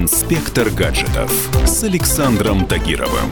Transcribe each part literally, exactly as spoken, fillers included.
Инспектор гаджетов с Александром Тагировым.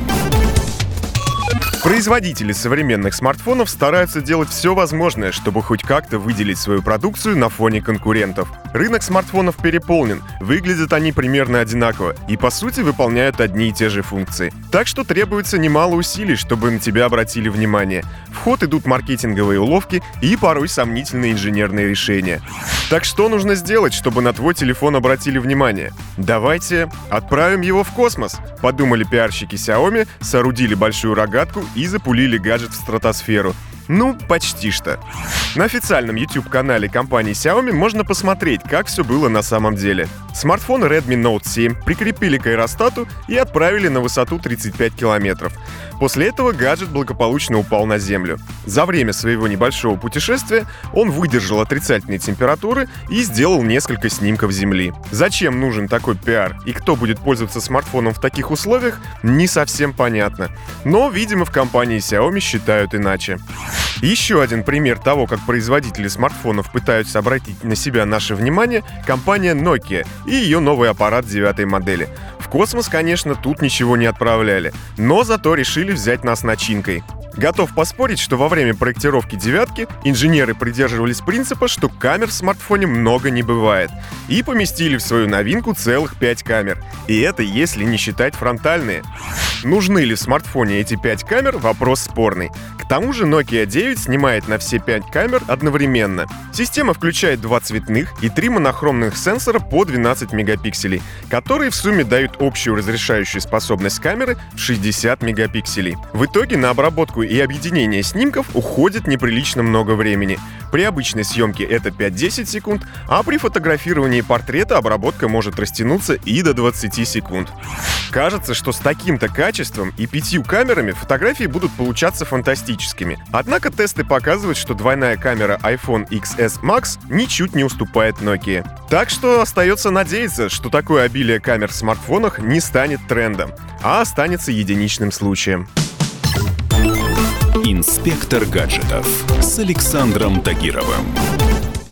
Производители современных смартфонов стараются делать все возможное, чтобы хоть как-то выделить свою продукцию на фоне конкурентов. Рынок смартфонов переполнен, выглядят они примерно одинаково и, по сути, выполняют одни и те же функции. Так что требуется немало усилий, чтобы на тебя обратили внимание. В ход идут маркетинговые уловки и порой сомнительные инженерные решения. Так что нужно сделать, чтобы на твой телефон обратили внимание? Давайте отправим его в космос, подумали пиарщики Xiaomi, соорудили большую рогатку и запулили гаджет в стратосферу. Ну, почти что. На официальном YouTube-канале компании Xiaomi можно посмотреть, как все было на самом деле. Смартфон Redmi Note семь прикрепили к аэростату и отправили на высоту тридцать пять километров. После этого гаджет благополучно упал на Землю. За время своего небольшого путешествия он выдержал отрицательные температуры и сделал несколько снимков Земли. Зачем нужен такой пиар и кто будет пользоваться смартфоном в таких условиях, не совсем понятно. Но, видимо, в компании Xiaomi считают иначе. Еще один пример того, как производители смартфонов пытаются обратить на себя наше внимание — компания Nokia и ее новый аппарат девятой модели. В космос, конечно, тут ничего не отправляли, но зато решили взять нас начинкой. Готов поспорить, что во время проектировки девятки инженеры придерживались принципа, что камер в смартфоне много не бывает, и поместили в свою новинку целых пять камер. И это если не считать фронтальные. Нужны ли в смартфоне эти пять камер — вопрос спорный. К тому же Nokia девять снимает на все пять камер одновременно. Система включает два цветных и три монохромных сенсора по двенадцать мегапикселей, которые в сумме дают общую разрешающую способность камеры в шестьдесят мегапикселей. В итоге на обработку и объединение снимков уходит неприлично много времени. При обычной съемке это пять-десять секунд, а при фотографировании портрета обработка может растянуться и до двадцати секунд. Кажется, что с таким-то качеством и пятью камерами фотографии будут получаться фантастическими. Однако тесты показывают, что двойная камера iPhone икс эс Max ничуть не уступает Nokia. Так что остается надеяться, что такое обилие камер в смартфонах не станет трендом, а останется единичным случаем. Инспектор гаджетов с Александром Тагировым.